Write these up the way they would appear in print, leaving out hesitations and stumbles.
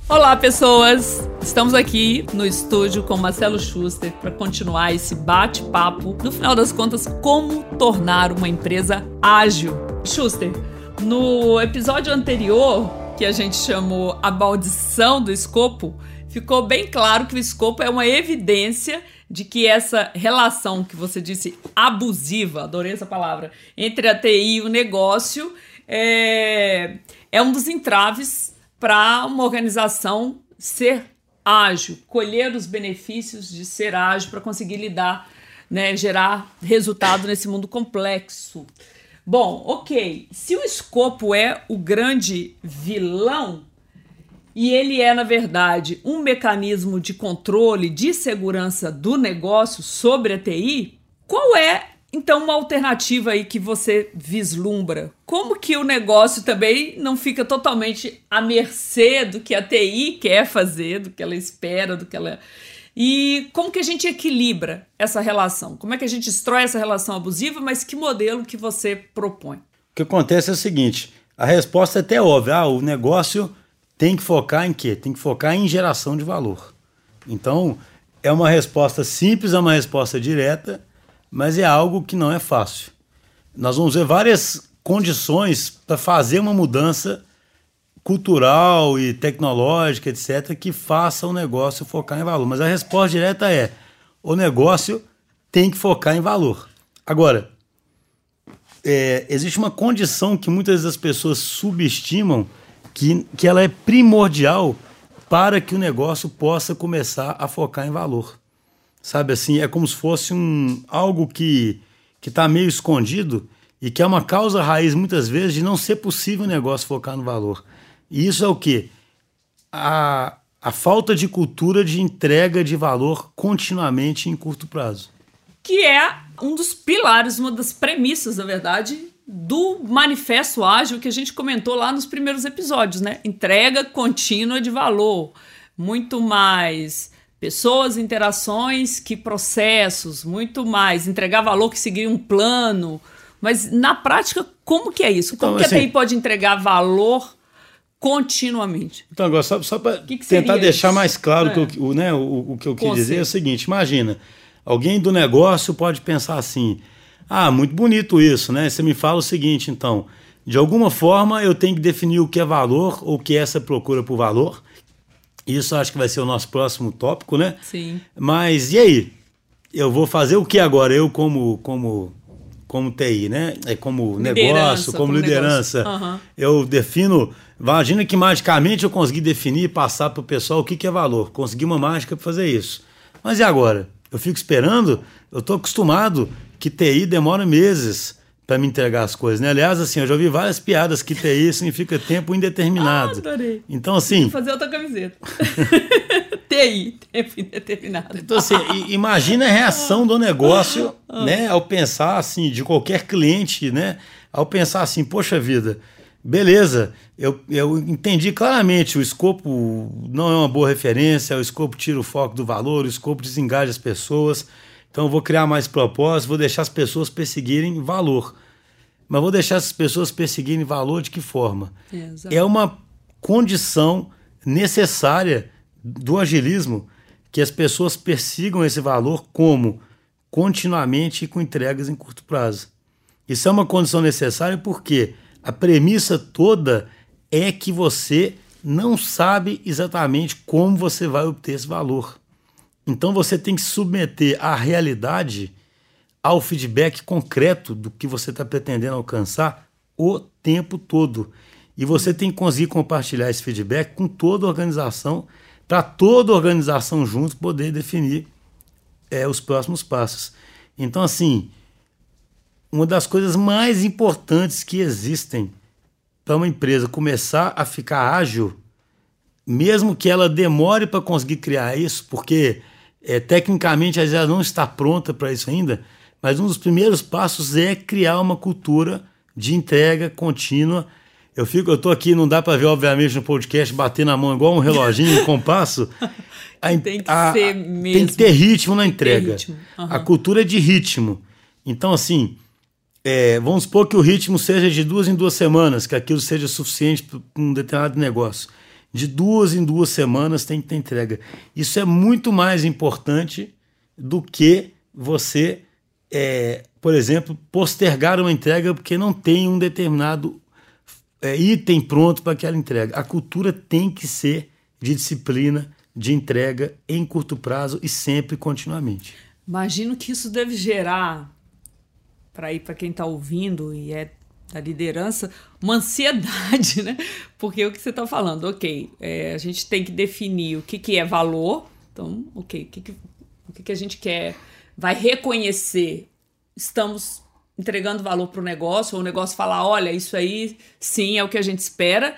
Olá, pessoas! Estamos aqui no estúdio com Marcelo Schuster para continuar esse bate-papo. No final das contas, como tornar uma empresa ágil. Schuster, no episódio anterior, que a gente chamou A Maldição do Escopo, ficou bem claro que o escopo é uma evidência de que essa relação que você disse abusiva, adorei essa palavra, entre a TI e o negócio é um dos entraves para uma organização ser ágil, colher os benefícios de ser ágil para conseguir lidar, né, gerar resultado nesse mundo complexo. Bom, ok, se o escopo é o grande vilão e ele é, na verdade, um mecanismo de controle, de segurança do negócio sobre a TI, qual é, então, uma alternativa aí que você vislumbra? Como que o negócio também não fica totalmente à mercê do que a TI quer fazer, do que ela espera, do que ela... E como que a gente equilibra essa relação? Como é que a gente destrói essa relação abusiva, mas que modelo que você propõe? O que acontece é o seguinte, a resposta é até óbvia, o negócio tem que focar em quê? Tem que focar em geração de valor. Então, é uma resposta simples, é uma resposta direta, mas é algo que não é fácil. Nós vamos ver várias condições para fazer uma mudança cultural e tecnológica, etc., que faça o negócio focar em valor. Mas a resposta direta é: o negócio tem que focar em valor. Agora, existe uma condição que muitas das pessoas subestimam, que ela é primordial para que o negócio possa começar a focar em valor. Sabe assim, é como se fosse algo que está meio escondido e que é uma causa raiz, muitas vezes, de não ser possível o negócio focar no valor. E isso é o quê? A falta de cultura de entrega de valor continuamente em curto prazo. Que é um dos pilares, uma das premissas, na verdade, do Manifesto Ágil que a gente comentou lá nos primeiros episódios, né? Entrega contínua de valor. Muito mais pessoas, interações que processos, muito mais entregar valor que seguir um plano. Mas, na prática, como que é isso? Como que a TI pode entregar valor continuamente? Então, agora, só para tentar deixar mais claro o que eu quis dizer é o seguinte, imagina, alguém do negócio pode pensar assim, muito bonito isso, né? Você me fala o seguinte, então, de alguma forma eu tenho que definir o que é valor ou o que é essa procura por valor. Isso acho que vai ser o nosso próximo tópico, né? Sim. Mas e aí? Eu vou fazer o que agora? Eu como TI, né? Como negócio, como liderança. Uhum. Eu defino... Imagina que magicamente eu consegui definir e passar para o pessoal o que é valor. Consegui uma mágica para fazer isso. Mas e agora? Eu fico esperando? Eu estou acostumado que TI demora meses para me entregar as coisas, né? Aliás, assim, eu já ouvi várias piadas que TI significa tempo indeterminado. Adorei. Então, assim... Vou fazer outra camiseta. TI, tempo indeterminado. Então, assim, imagina a reação do negócio, né? Ao pensar, assim, de qualquer cliente, né? Ao pensar assim, poxa vida, beleza, eu entendi claramente, o escopo não é uma boa referência, o escopo tira o foco do valor, o escopo desengaja as pessoas... Então eu vou criar mais propósito, vou deixar as pessoas perseguirem valor. Mas vou deixar essas pessoas perseguirem valor de que forma? É uma condição necessária do agilismo que as pessoas persigam esse valor como? Continuamente e com entregas em curto prazo. Isso é uma condição necessária porque a premissa toda é que você não sabe exatamente como você vai obter esse valor. Então você tem que submeter a realidade ao feedback concreto do que você está pretendendo alcançar o tempo todo. E você tem que conseguir compartilhar esse feedback com toda a organização, para toda a organização junto poder definir os próximos passos. Então, assim, uma das coisas mais importantes que existem para uma empresa começar a ficar ágil, mesmo que ela demore para conseguir criar isso, porque tecnicamente ela não está pronta para isso ainda, mas um dos primeiros passos é criar uma cultura de entrega contínua. Eu estou aqui, não dá para ver, obviamente, no podcast, bater na mão igual um reloginho, um compasso. Tem que ser mesmo. Tem que ter ritmo na entrega. Uhum. A cultura é de ritmo. Então, assim, vamos supor que o ritmo seja de 2 em 2 semanas, que aquilo seja suficiente para um determinado negócio. de 2 em 2 semanas tem que ter entrega. Isso é muito mais importante do que você, por exemplo, postergar uma entrega porque não tem um determinado item pronto para aquela entrega. A cultura tem que ser de disciplina, de entrega em curto prazo e sempre continuamente. Imagino que isso deve gerar, para quem está ouvindo e é da liderança, uma ansiedade, né? Porque o que você está falando, a gente tem que definir o que é valor, então, o que a gente quer, vai reconhecer, estamos entregando valor para o negócio, ou o negócio falar, olha, isso aí sim é o que a gente espera,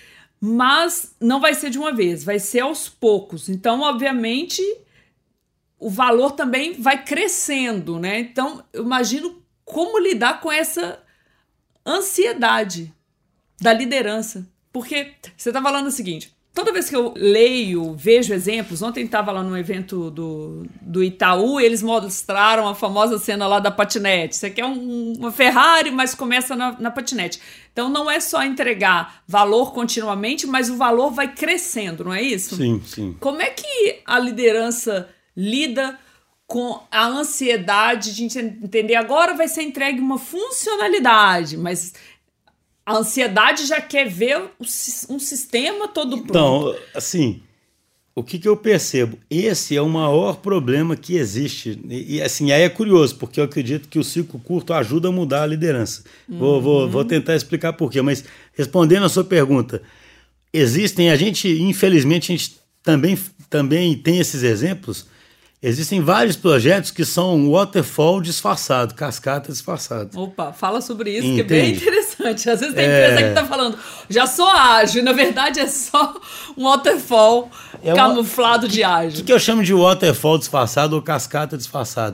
mas não vai ser de uma vez, vai ser aos poucos. Então, obviamente, o valor também vai crescendo, né? Então, eu imagino como lidar com essa ansiedade da liderança. Porque você está falando o seguinte, toda vez que eu leio, vejo exemplos, ontem estava lá num evento do Itaú, eles mostraram a famosa cena lá da patinete. Isso aqui é uma Ferrari, mas começa na patinete. Então não é só entregar valor continuamente, mas o valor vai crescendo, não é isso? Sim, sim. Como é que a liderança lida com a ansiedade de entender agora vai ser entregue uma funcionalidade, mas a ansiedade já quer ver um sistema todo pronto. Então, assim, o que eu percebo? Esse é o maior problema que existe. E assim, aí é curioso, porque eu acredito que o ciclo curto ajuda a mudar a liderança. Vou tentar explicar por quê, mas respondendo a sua pergunta, infelizmente, a gente também tem esses exemplos. Existem vários projetos que são waterfall disfarçado, cascata disfarçado. Opa, fala sobre isso, que é bem interessante. Às vezes tem empresa que está falando, já sou ágil, na verdade é só um waterfall camuflado de ágil. O que eu chamo de waterfall disfarçado ou cascata disfarçado?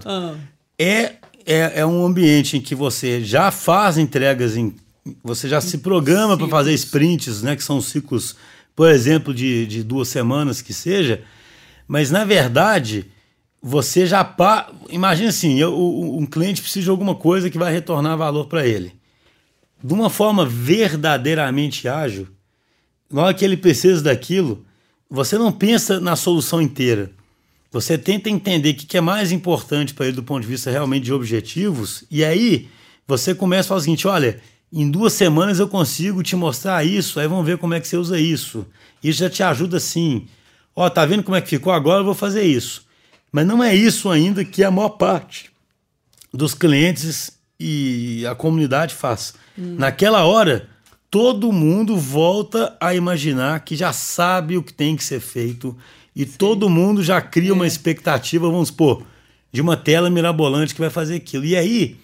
É um ambiente em que você já faz entregas, você já se programa para fazer sprints, né, que são ciclos, por exemplo, de 2 semanas que seja, mas na verdade... Você já... Imagina assim, um cliente precisa de alguma coisa que vai retornar valor para ele. De uma forma verdadeiramente ágil, na hora que ele precisa daquilo, você não pensa na solução inteira. Você tenta entender o que é mais importante para ele do ponto de vista realmente de objetivos, e aí você começa a falar o seguinte, olha, em 2 semanas eu consigo te mostrar isso, aí vamos ver como é que você usa isso. Isso já te ajuda sim. Tá vendo como é que ficou? Agora eu vou fazer isso. Mas não é isso ainda que a maior parte dos clientes e a comunidade faz. Naquela hora, todo mundo volta a imaginar que já sabe o que tem que ser feito e todo mundo já cria uma expectativa, vamos supor, de uma tela mirabolante que vai fazer aquilo. E aí,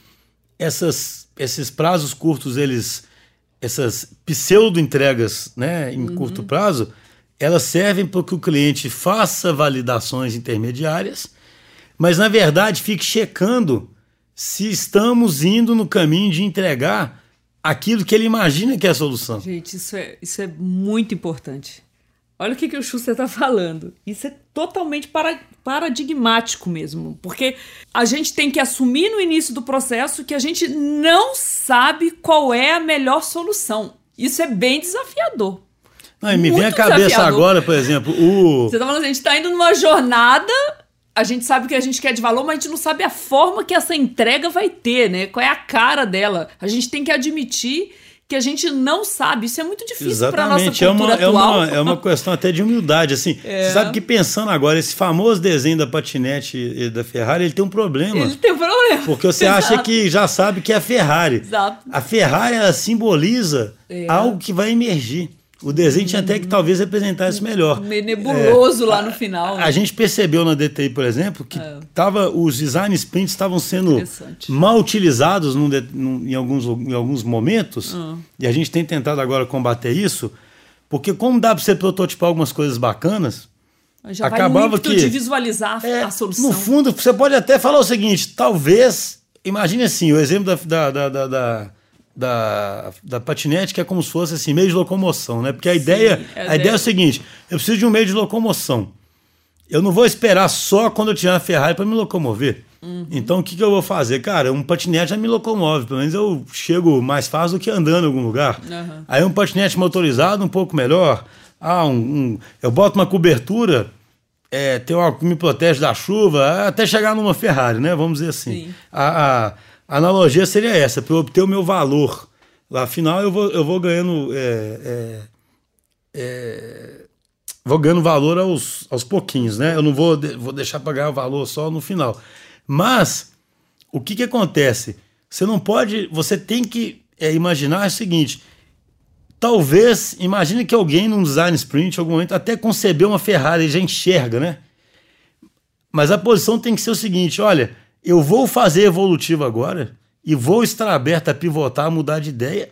esses prazos curtos, essas pseudo-entregas, né, em curto prazo, elas servem para que o cliente faça validações intermediárias, mas, na verdade, fique checando se estamos indo no caminho de entregar aquilo que ele imagina que é a solução. Gente, isso é muito importante. Olha o que o Schuster está falando. Isso é totalmente paradigmático mesmo, porque a gente tem que assumir no início do processo que a gente não sabe qual é a melhor solução. Isso é bem desafiador. Não, me vem à cabeça agora, por exemplo, Você tá falando, a gente está indo numa jornada, a gente sabe o que a gente quer de valor, mas a gente não sabe a forma que essa entrega vai ter, né? Qual é a cara dela. A gente tem que admitir que a gente não sabe. Isso é muito difícil para a nossa cultura atual. É uma questão até de humildade, assim. Você sabe que pensando agora, esse famoso desenho da patinete e da Ferrari, ele tem um problema. Ele tem um problema. Porque você acha que já sabe que é a Ferrari. Exato. A Ferrari, ela simboliza algo que vai emergir. O desenho tinha até que talvez representar isso melhor. Meio nebuloso lá no final. A gente percebeu na DTI, por exemplo, que os design sprints estavam sendo mal utilizados em alguns momentos, e a gente tem tentado agora combater isso, porque como dá para você prototipar algumas coisas bacanas, já acabava vai de visualizar a solução. No fundo, você pode até falar o seguinte, talvez, imagine assim, o exemplo da patinete, que é como se fosse assim, meio de locomoção, né? Porque a ideia é o seguinte, eu preciso de um meio de locomoção. Eu não vou esperar só quando eu tiver a Ferrari para me locomover. Então o que eu vou fazer? Cara, um patinete já me locomove, pelo menos eu chego mais fácil do que andando em algum lugar. Aí um patinete motorizado um pouco melhor, eu boto uma cobertura, tem algo que me protege da chuva, até chegar numa Ferrari, né? Vamos dizer assim. A analogia seria essa, para eu obter o meu valor. Lá, afinal, eu vou ganhando... vou ganhando valor aos pouquinhos, né? Eu não vou deixar para ganhar o valor só no final. Mas, o que acontece? Você tem que imaginar o seguinte, talvez, imagine que alguém num design sprint, em algum momento, até concebeu uma Ferrari, já enxerga, né? Mas a posição tem que ser o seguinte, olha, eu vou fazer evolutivo agora e vou estar aberto a pivotar, a mudar de ideia.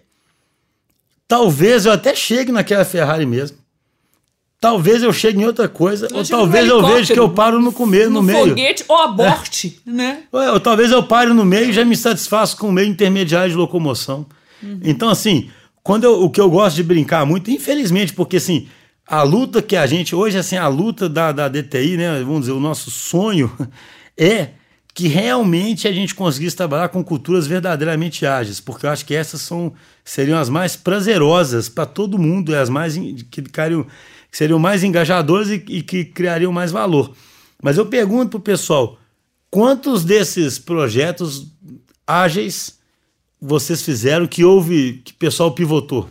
Talvez eu até chegue naquela Ferrari mesmo. Talvez eu chegue em outra coisa, ou talvez eu veja que eu paro no meio. Foguete ou aborte, né? Ou talvez eu pare no meio e já me satisfaço com o meio intermediário de locomoção. Então, assim, o que eu gosto de brincar muito, infelizmente, porque assim, a luta que a gente, hoje, assim, a luta da DTI, né? Vamos dizer, o nosso sonho é que realmente a gente conseguisse trabalhar com culturas verdadeiramente ágeis, porque eu acho que essas seriam as mais prazerosas para todo mundo, as mais que seriam mais engajadoras e que criariam mais valor. Mas eu pergunto para o pessoal, quantos desses projetos ágeis vocês fizeram que o pessoal pivotou?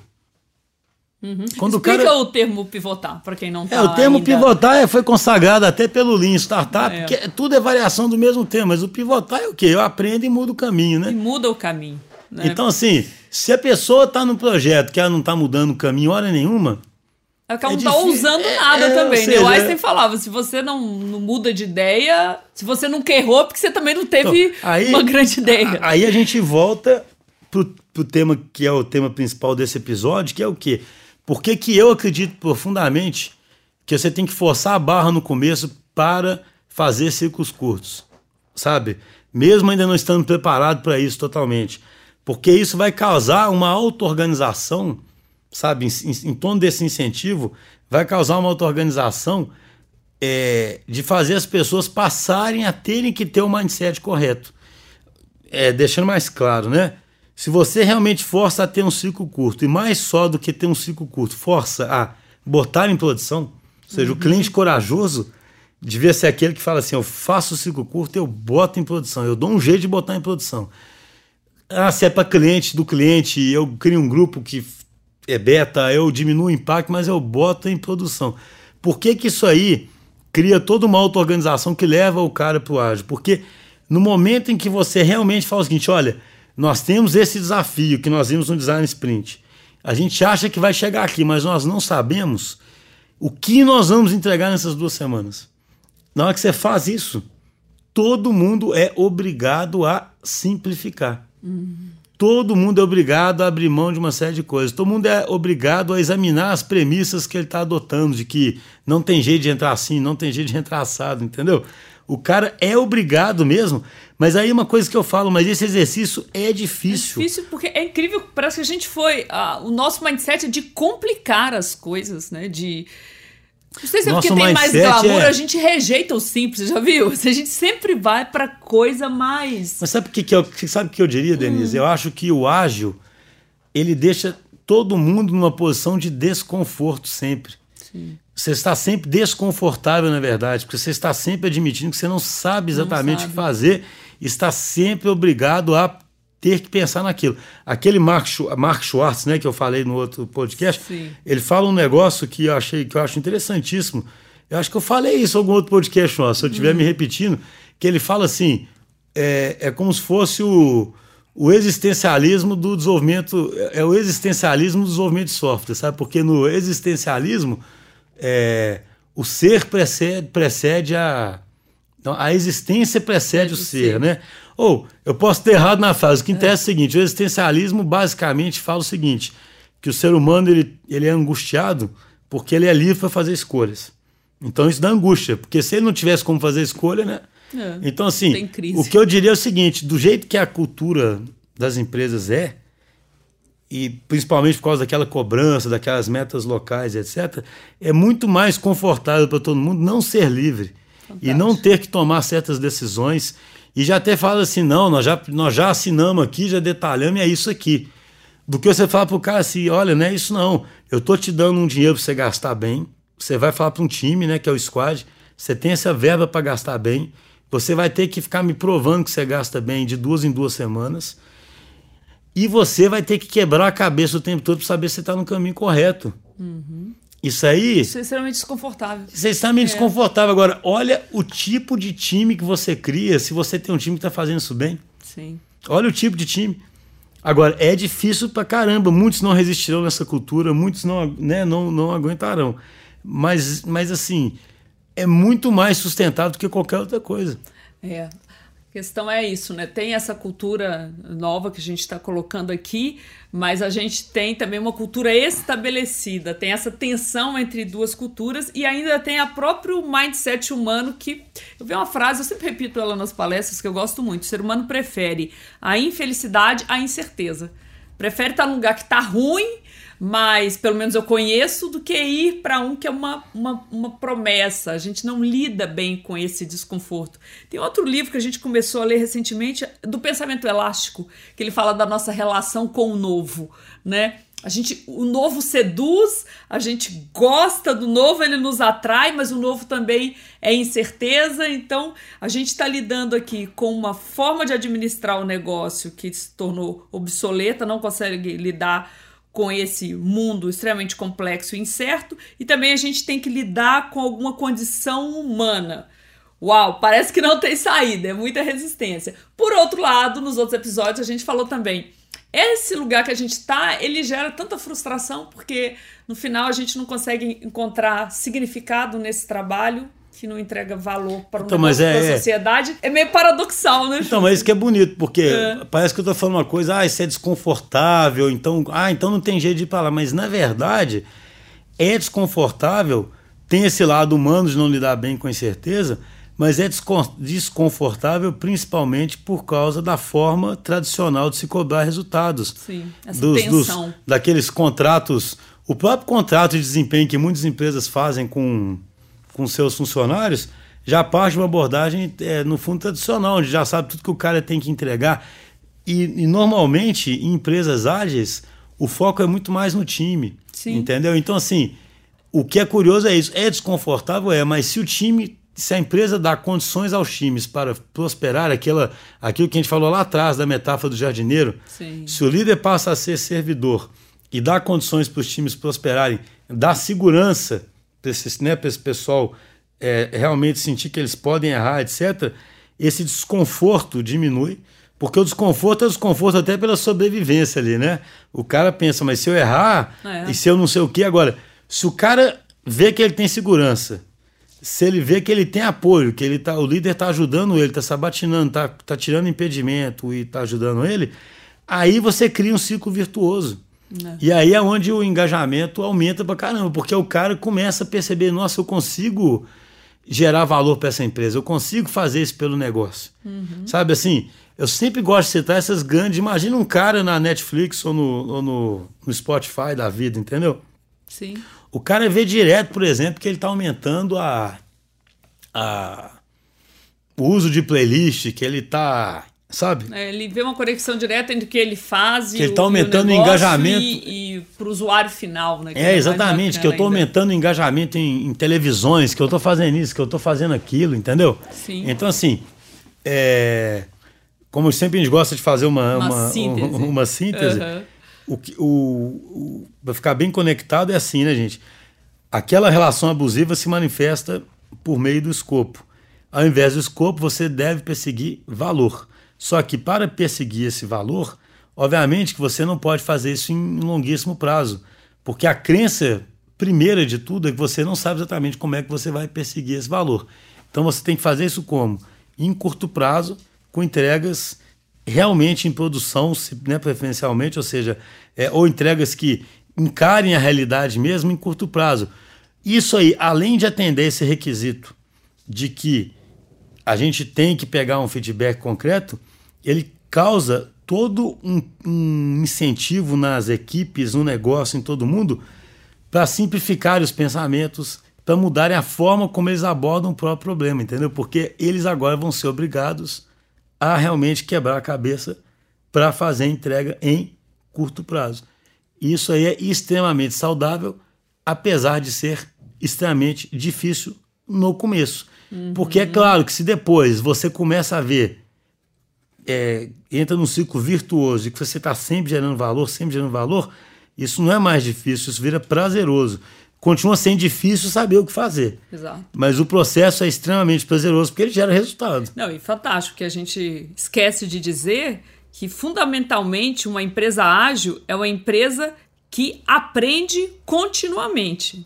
Explica o termo pivotar, para quem não está o termo pivotar foi consagrado até pelo Lean Startup, porque tudo é variação do mesmo termo, mas o pivotar é o quê? Eu aprendo e mudo o caminho, né? E muda o caminho. Né? Então, assim, se a pessoa está no projeto que ela não está mudando o caminho hora nenhuma, ela não está ousando nada também. Seja, o Einstein falava, se você não muda de ideia, se você nunca errou, porque você também não teve uma grande ideia. Aí a gente volta pro tema que é o tema principal desse episódio, que é o quê? Por que eu acredito profundamente que você tem que forçar a barra no começo para fazer ciclos curtos, sabe? Mesmo ainda não estando preparado para isso totalmente. Porque isso vai causar uma auto-organização, sabe, em torno desse incentivo, vai causar uma auto-organização de fazer as pessoas passarem a terem que ter o mindset correto. Deixando mais claro, né? Se você realmente força a ter um ciclo curto, e mais só do que ter um ciclo curto, força a botar em produção, ou seja, o cliente corajoso devia ser aquele que fala assim, eu faço o ciclo curto, eu boto em produção, eu dou um jeito de botar em produção. Se é para cliente do cliente, eu crio um grupo que é beta, eu diminuo o impacto, mas eu boto em produção. Por que isso aí cria toda uma auto-organização que leva o cara para o ágil? Porque no momento em que você realmente fala o seguinte, olha, nós temos esse desafio que nós vimos no Design Sprint. A gente acha que vai chegar aqui, mas nós não sabemos o que nós vamos entregar nessas 2 semanas. Na hora que você faz isso, todo mundo é obrigado a simplificar. Todo mundo é obrigado a abrir mão de uma série de coisas. Todo mundo é obrigado a examinar as premissas que ele está adotando, de que não tem jeito de entrar assim, não tem jeito de entrar assado, entendeu? O cara é obrigado mesmo, mas aí uma coisa que eu falo, mas esse exercício é difícil. É difícil porque é incrível, parece que a gente o nosso mindset é de complicar as coisas, né? Não sei se é porque tem mais glamour, a gente rejeita o simples, já viu? A gente sempre vai para coisa mais... Mas sabe o que eu diria, Denise? Eu acho que o ágil, ele deixa todo mundo numa posição de desconforto sempre. Sim. Você está sempre desconfortável, na verdade, porque você está sempre admitindo que você não sabe exatamente o que fazer e está sempre obrigado a ter que pensar naquilo. Aquele Mark Schwartz, né, que eu falei no outro podcast, sim, ele fala um negócio que eu acho interessantíssimo. Eu acho que eu falei isso em algum outro podcast nosso, se eu estiver me repetindo, que ele fala assim, é como se fosse o existencialismo do desenvolvimento, o existencialismo do desenvolvimento de software, sabe? Porque no existencialismo, o ser precede a existência precede o ser, né? Ou, eu posso ter errado na frase, o que interessa é o seguinte, o existencialismo basicamente fala o seguinte, que o ser humano ele é angustiado porque ele é livre para fazer escolhas. Então isso dá angústia, porque se ele não tivesse como fazer escolha, né? Então assim, o que eu diria é o seguinte, do jeito que a cultura das empresas e principalmente por causa daquela cobrança, daquelas metas locais, etc., é muito mais confortável para todo mundo não ser livre. Fantástico. E não ter que tomar certas decisões. E já até fala assim, não, nós já assinamos aqui, já detalhamos e é isso aqui. Do que você fala para o cara assim, olha, não é isso não. eu tô te dando um dinheiro para você gastar bem, você vai falar para um time, né, que é o squad, você tem essa verba para gastar bem, você vai ter que ficar me provando que você gasta bem de 2 em 2 semanas, e você vai ter que quebrar a cabeça o tempo todo para saber se você está no caminho correto. Isso aí... Isso é extremamente desconfortável. Isso é extremamente desconfortável. Agora, olha o tipo de time que você cria se você tem um time que está fazendo isso bem. Sim. Olha o tipo de time. Agora, é difícil pra caramba. Muitos não resistirão nessa cultura, muitos não aguentarão. Mas, assim, é muito mais sustentável do que qualquer outra coisa. A questão é isso, né? Tem essa cultura nova que a gente está colocando aqui, mas a gente tem também uma cultura estabelecida, tem essa tensão entre duas culturas e ainda tem a próprio mindset humano que... Eu vi uma frase, eu sempre repito ela nas palestras, que eu gosto muito. O ser humano prefere a infelicidade à incerteza. Prefere estar num lugar que está ruim, mas pelo menos eu conheço, do que ir para um que é uma promessa. A gente não lida bem com esse desconforto. Tem outro livro que a gente começou a ler recentemente, do pensamento elástico, que ele fala da nossa relação com o novo, né? O novo seduz, a gente gosta do novo, ele nos atrai, mas o novo também é incerteza. Então, a gente está lidando aqui com uma forma de administrar o negócio que se tornou obsoleta, não consegue lidar com esse mundo extremamente complexo e incerto, e também a gente tem que lidar com alguma condição humana. Uau, parece que não tem saída, é muita resistência. Por outro lado, nos outros episódios a gente falou também, esse lugar que a gente está, ele gera tanta frustração, porque no final a gente não consegue encontrar significado nesse trabalho, que não entrega valor para a sociedade. É meio paradoxal, né? Então, mas isso que é bonito, porque parece que eu tô falando uma coisa, isso é desconfortável, então não tem jeito de ir para lá. Mas, na verdade, é desconfortável, tem esse lado humano de não lidar bem com incerteza, mas é desconfortável principalmente por causa da forma tradicional de se cobrar resultados. Sim, essa tensão. Daqueles contratos, o próprio contrato de desempenho que muitas empresas fazem com seus funcionários, já parte de uma abordagem, no fundo, tradicional, onde já sabe tudo que o cara tem que entregar. E normalmente, em empresas ágeis, o foco é muito mais no time. Sim. Entendeu? Então, assim, o que é curioso é isso. É desconfortável, mas se a empresa dá condições aos times para prosperar, aquilo que a gente falou lá atrás, da metáfora do jardineiro, sim, se o líder passa a ser servidor e dá condições para os times prosperarem, dá segurança para esse pessoal realmente sentir que eles podem errar, etc., esse desconforto diminui, porque o desconforto é desconforto até pela sobrevivência ali, né? O cara pensa, mas se eu errar, e se eu não sei o quê? Agora, se o cara vê que ele tem segurança, se ele vê que ele tem apoio, que o líder está ajudando ele, está sabatinando, tá tirando impedimento e está ajudando ele, aí você cria um ciclo virtuoso. E aí é onde o engajamento aumenta pra caramba, porque o cara começa a perceber, nossa, eu consigo gerar valor para essa empresa, eu consigo fazer isso pelo negócio. Sabe assim, eu sempre gosto de citar essas grandes, imagina um cara na Netflix ou no Spotify da vida, entendeu? Sim. O cara vê direto, por exemplo, que ele está aumentando o uso de playlist, que ele está... Sabe? Ele vê uma conexão direta entre o que ele faz que ele está aumentando o engajamento e para o usuário final, né? Exatamente, que eu estou aumentando o engajamento em televisões, que eu estou fazendo isso, que eu estou fazendo aquilo, entendeu? Sim. Então, assim, como sempre a gente gosta de fazer uma síntese, para ficar bem conectado é assim, né, gente? Aquela relação abusiva se manifesta por meio do escopo. Ao invés do escopo, você deve perseguir valor. Só que para perseguir esse valor, obviamente que você não pode fazer isso em longuíssimo prazo, porque a crença primeira de tudo é que você não sabe exatamente como é que você vai perseguir esse valor. Então você tem que fazer isso como? Em curto prazo, com entregas realmente em produção, né, preferencialmente, ou seja, ou entregas que encarem a realidade mesmo em curto prazo. Isso aí, além de atender esse requisito de que a gente tem que pegar um feedback concreto, ele causa todo um incentivo nas equipes, no negócio, em todo mundo, para simplificar os pensamentos, para mudarem a forma como eles abordam o próprio problema, entendeu? Porque eles agora vão ser obrigados a realmente quebrar a cabeça para fazer a entrega em curto prazo. E isso aí é extremamente saudável, apesar de ser extremamente difícil no começo. Porque é claro que se depois você começa a ver, entra num ciclo virtuoso e que você está sempre gerando valor, isso não é mais difícil, isso vira prazeroso. Continua sendo difícil saber o que fazer. Exato. Mas o processo é extremamente prazeroso porque ele gera resultado. Não, e fantástico, que a gente esquece de dizer que, fundamentalmente, uma empresa ágil é uma empresa que aprende continuamente.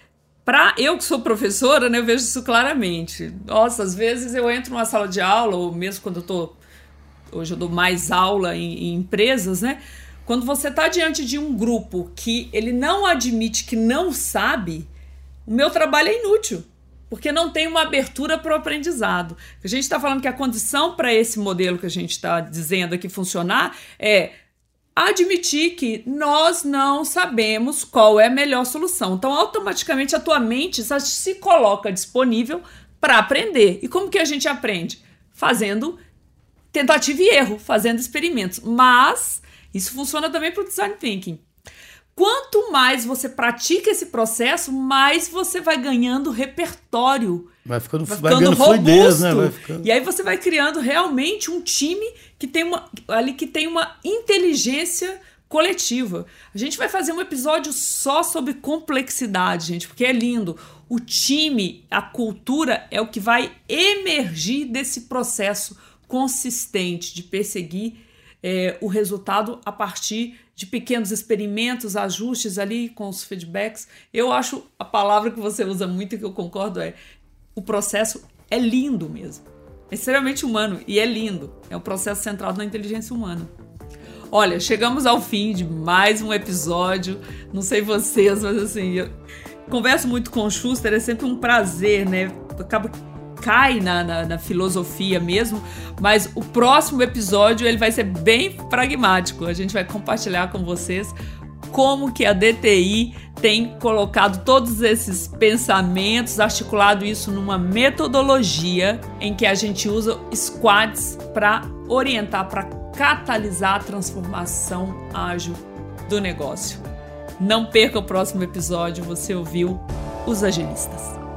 Eu que sou professora, né, eu vejo isso claramente. Nossa, às vezes eu entro numa sala de aula, ou mesmo quando hoje eu dou mais aula em empresas, né? Quando você está diante de um grupo que ele não admite que não sabe, o meu trabalho é inútil, porque não tem uma abertura para o aprendizado. A gente está falando que a condição para esse modelo que a gente está dizendo aqui funcionar é admitir que nós não sabemos qual é a melhor solução. Então, automaticamente, a tua mente se coloca disponível para aprender. E como que a gente aprende? Fazendo tentativa e erro, fazendo experimentos. Mas isso funciona também para o design thinking. Quanto mais você pratica esse processo, mais você vai ganhando repertório. Vai ficando robusto. Fluidez, né? E aí você vai criando realmente um time que tem uma inteligência coletiva. A gente vai fazer um episódio só sobre complexidade, gente, porque é lindo. O time, a cultura é o que vai emergir desse processo consistente de perseguir o resultado a partir de pequenos experimentos, ajustes ali com os feedbacks. Eu acho a palavra que você usa muito e que eu concordo o processo é lindo mesmo. É extremamente humano e é lindo. É um processo centrado na inteligência humana. Olha, chegamos ao fim de mais um episódio. Não sei vocês, mas assim, eu converso muito com o Schuster, é sempre um prazer, né? Cai na filosofia mesmo, mas o próximo episódio ele vai ser bem pragmático. A gente vai compartilhar com vocês como que a DTI tem colocado todos esses pensamentos, articulado isso numa metodologia em que a gente usa squads para orientar, para catalisar a transformação ágil do negócio. Não perca o próximo episódio, você ouviu Os Agilistas.